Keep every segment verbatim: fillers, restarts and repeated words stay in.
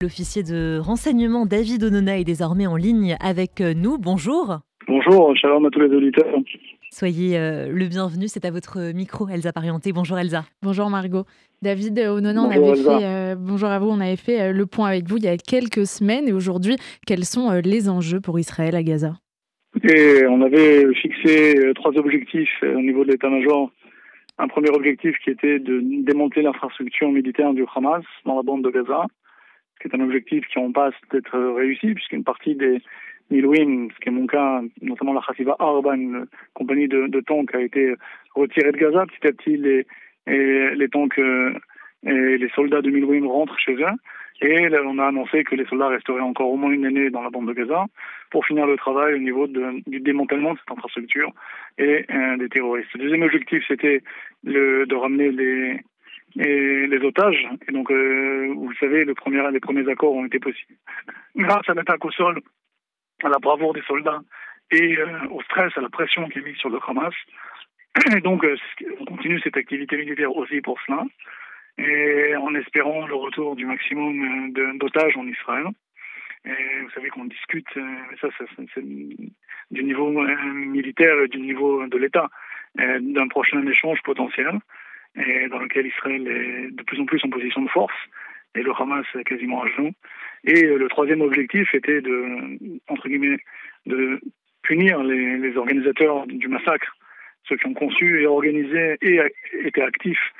L'officier de renseignement David Onona est désormais en ligne avec nous. Bonjour. Bonjour, shalom à tous les auditeurs. Soyez euh, le bienvenu, c'est à votre micro, Elsa Parienté. Bonjour Elsa. Bonjour Margot. David Onona, on Bonjour avait Elsa. fait, euh, bonjour à vous, on avait fait euh, le point avec vous il y a quelques semaines et aujourd'hui, quels sont euh, les enjeux pour Israël à Gaza ? Et on avait fixé euh, trois objectifs euh, au niveau de l'état-major. Un premier objectif qui était de démanteler l'infrastructure militaire du Hamas dans la bande de Gaza, qui est un objectif qui en passe d'être réussi, puisqu'une partie des Milouim, ce qui est mon cas, notamment la Chassiva Arba, une compagnie de, de tanks, a été retirée de Gaza. Petit à petit, les, et les tanks euh, et les soldats de Milouim rentrent chez eux. Et là, on a annoncé que les soldats resteraient encore au moins une année dans la bande de Gaza pour finir le travail au niveau de, du démantèlement de cette infrastructure et euh, des terroristes. Le deuxième objectif, c'était le, de ramener les, et les otages. Et donc, euh, vous savez, le premier, les premiers accords ont été possibles grâce à l'attaque au sol, à la bravoure des soldats et euh, au stress, à la pression qui est mise sur le Hamas. Et donc, euh, on continue cette activité militaire aussi pour cela, et en espérant le retour du maximum de, d'otages en Israël. Et vous savez qu'on discute, euh, ça, ça c'est du niveau euh, militaire et du niveau de l'État, euh, d'un prochain échange potentiel, et dans lequel Israël est de plus en plus en position de force, et le Hamas est quasiment à genoux. Et euh, le troisième objectif était de, entre guillemets, de punir les, les organisateurs du massacre, ceux qui ont conçu et organisé et étaient actifs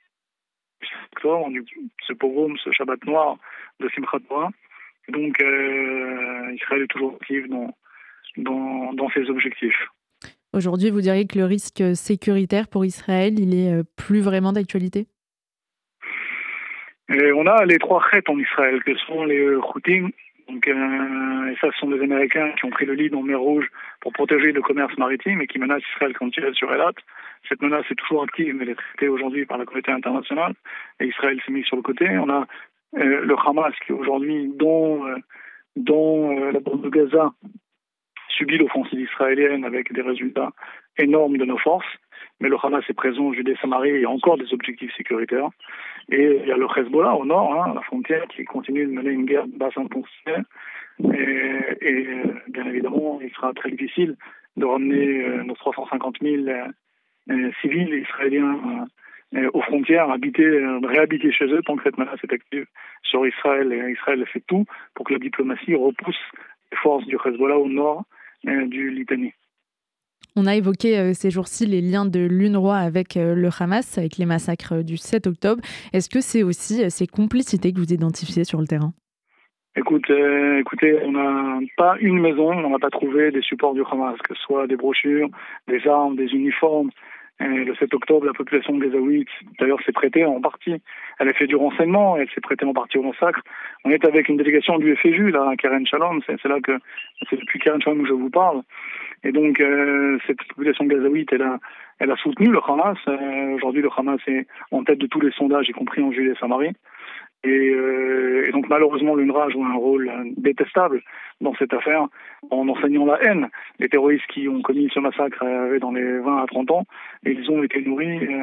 ce pogrom, ce Shabbat noir de Simchat Torah. Donc euh, Israël est toujours actif dans, dans, dans ses objectifs. Aujourd'hui, vous diriez que le risque sécuritaire pour Israël, il est plus vraiment d'actualité ? Et on a les trois chètes en Israël, que sont les Houthis. Donc, euh, et ça, ce sont des Américains qui ont pris le lead en mer Rouge pour protéger le commerce maritime et qui menacent Israël quand il est sur Eilat. Cette menace est toujours active, mais elle est traitée aujourd'hui par la communauté internationale. Et Israël s'est mis sur le côté. On a euh, le Hamas qui aujourd'hui, dont, euh, dont euh, la bande de Gaza, subit l'offensive israélienne avec des résultats énormes de nos forces. Mais le Hamas est présent en Judée-Samarie, il y a encore des objectifs sécuritaires. Et il y a le Hezbollah au nord, hein, la frontière, qui continue de mener une guerre de basse intensité. Et, et bien évidemment, il sera très difficile de ramener euh, nos trois cent cinquante mille euh, civils israéliens euh, aux frontières, habiter, euh, réhabiter chez eux tant que cette menace est active sur Israël. Et Israël fait tout pour que la diplomatie repousse les forces du Hezbollah au nord euh, du Litanie. On a évoqué euh, ces jours-ci les liens de l'UNRWA avec euh, le Hamas, avec les massacres du sept octobre. Est-ce que c'est aussi euh, ces complicités que vous identifiez sur le terrain ? Écoute, euh, écoutez, on n'a pas une maison, on n'a pas trouvé des supports du Hamas, que ce soit des brochures, des armes, des uniformes. Et le sept octobre, la population gazaouite, d'ailleurs, s'est prêtée en partie. Elle a fait du renseignement, elle s'est prêtée en partie au massacre. On est avec une délégation du F J U, là, à Keren Shalom, c'est, c'est là que, c'est depuis Keren Shalom que je vous parle. Et donc, euh, cette population gazaouite, elle a, elle a soutenu le Hamas. Euh, aujourd'hui, le Hamas est en tête de tous les sondages, y compris en Judée-Samarie. Et, euh, et donc malheureusement l'UNRWA joue un rôle détestable dans cette affaire en enseignant la haine. Les terroristes qui ont commis ce massacre avaient dans les vingt à trente ans et ils ont été nourris euh,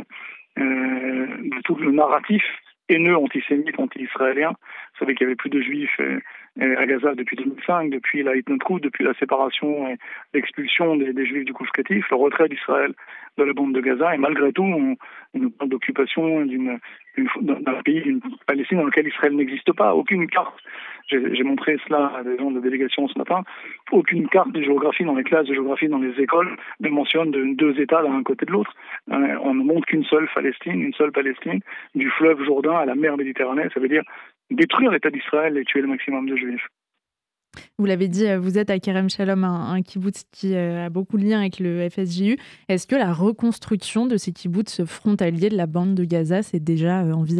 euh, de tout le narratif haineux antisémite, anti-israélien. Vous savez qu'il y avait plus de juifs euh, à Gaza depuis deux mille cinq, depuis la Hitnotkut, depuis la séparation et l'expulsion des, des juifs du Gush Katif, le retrait d'Israël de la bande de Gaza, et malgré tout, on, on nous parle d'occupation d'une, d'une, d'un pays, d'une Palestine dans lequel Israël n'existe pas, aucune carte. J'ai, j'ai montré cela à des gens de délégation ce matin. Aucune carte de géographie dans les classes de géographie dans les écoles ne mentionne de, deux États l'un à côté de l'autre. Euh, on ne montre qu'une seule Palestine, une seule Palestine, du fleuve Jourdain à la mer Méditerranée. Ça veut dire détruire l'État d'Israël et tuer le maximum de Juifs. Vous l'avez dit, vous êtes à Kerem Shalom, un, un kibboutz qui a beaucoup de liens avec le F S J U. Est-ce que la reconstruction de ces kibboutz frontaliers de la bande de Gaza s'est déjà envisagée ?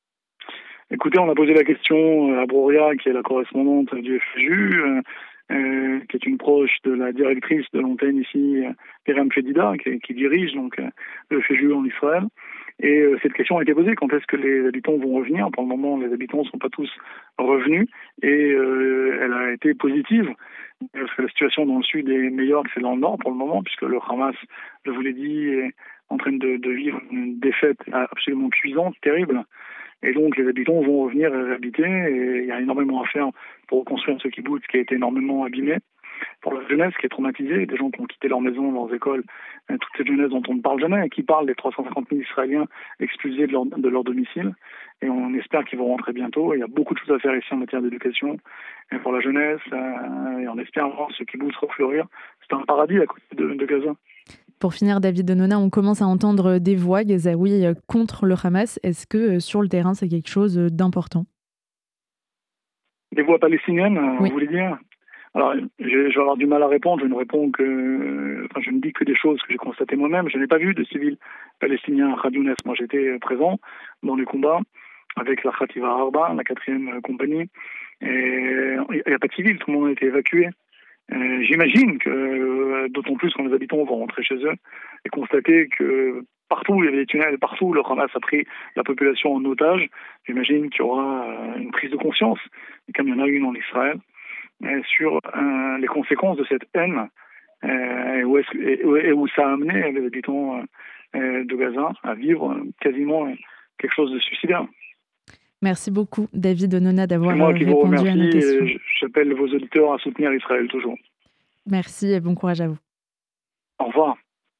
Écoutez, on a posé la question à Broria, qui est la correspondante du F S J U, euh, euh, qui est une proche de la directrice de l'antenne ici, Kerem Fedida, qui, qui dirige donc le F S J U en Israël. Et euh, cette question a été posée, quand est-ce que les habitants vont revenir ? Pour le moment, les habitants ne sont pas tous revenus, et euh, elle a été positive, parce que la situation dans le sud est meilleure que celle dans le nord pour le moment, puisque le Hamas, je vous l'ai dit, est en train de, de vivre une défaite absolument cuisante, terrible. Et donc les habitants vont revenir réhabiter et il y a énormément à faire pour reconstruire ce kibbutz qui a été énormément abîmé. Pour la jeunesse qui est traumatisée, des gens qui ont quitté leur maison, leurs écoles, euh, toute cette jeunesse dont on ne parle jamais, qui parle des trois cent cinquante mille Israéliens expulsés de leur, de leur domicile. Et on espère qu'ils vont rentrer bientôt. Il y a beaucoup de choses à faire ici en matière d'éducation et pour la jeunesse. Euh, et on espère voir ce kibbutz refleurir. C'est un paradis à côté de, de Gaza. Pour finir, David Donona, on commence à entendre des voix gazaouis contre le Hamas. Est-ce que sur le terrain, c'est quelque chose d'important? Des voix palestiniennes, oui. vous voulez dire? Alors, je, je vais avoir du mal à répondre. Je ne réponds que, enfin, je ne dis que des choses que j'ai constatées moi-même. Je n'ai pas vu de civils palestiniens à Khan Younes. Moi, j'étais présent dans les combats avec la Khativa Arba, la quatrième compagnie. Et il n'y a pas de civils. Tout le monde a été évacué. Euh, j'imagine que, euh, d'autant plus quand les habitants vont rentrer chez eux et constater que partout il y avait des tunnels, partout le Hamas a pris la population en otage, j'imagine qu'il y aura euh, une prise de conscience, et comme il y en a une en Israël, euh, sur euh, les conséquences de cette haine euh, et, où est-ce, et, et où ça a amené les habitants euh, de Gaza à vivre quasiment quelque chose de suicidaire. Merci beaucoup, David Donona, d'avoir moi qui répondu vous à nos questions. J'appelle vos auditeurs à soutenir Israël toujours. Merci et bon courage à vous. Au revoir.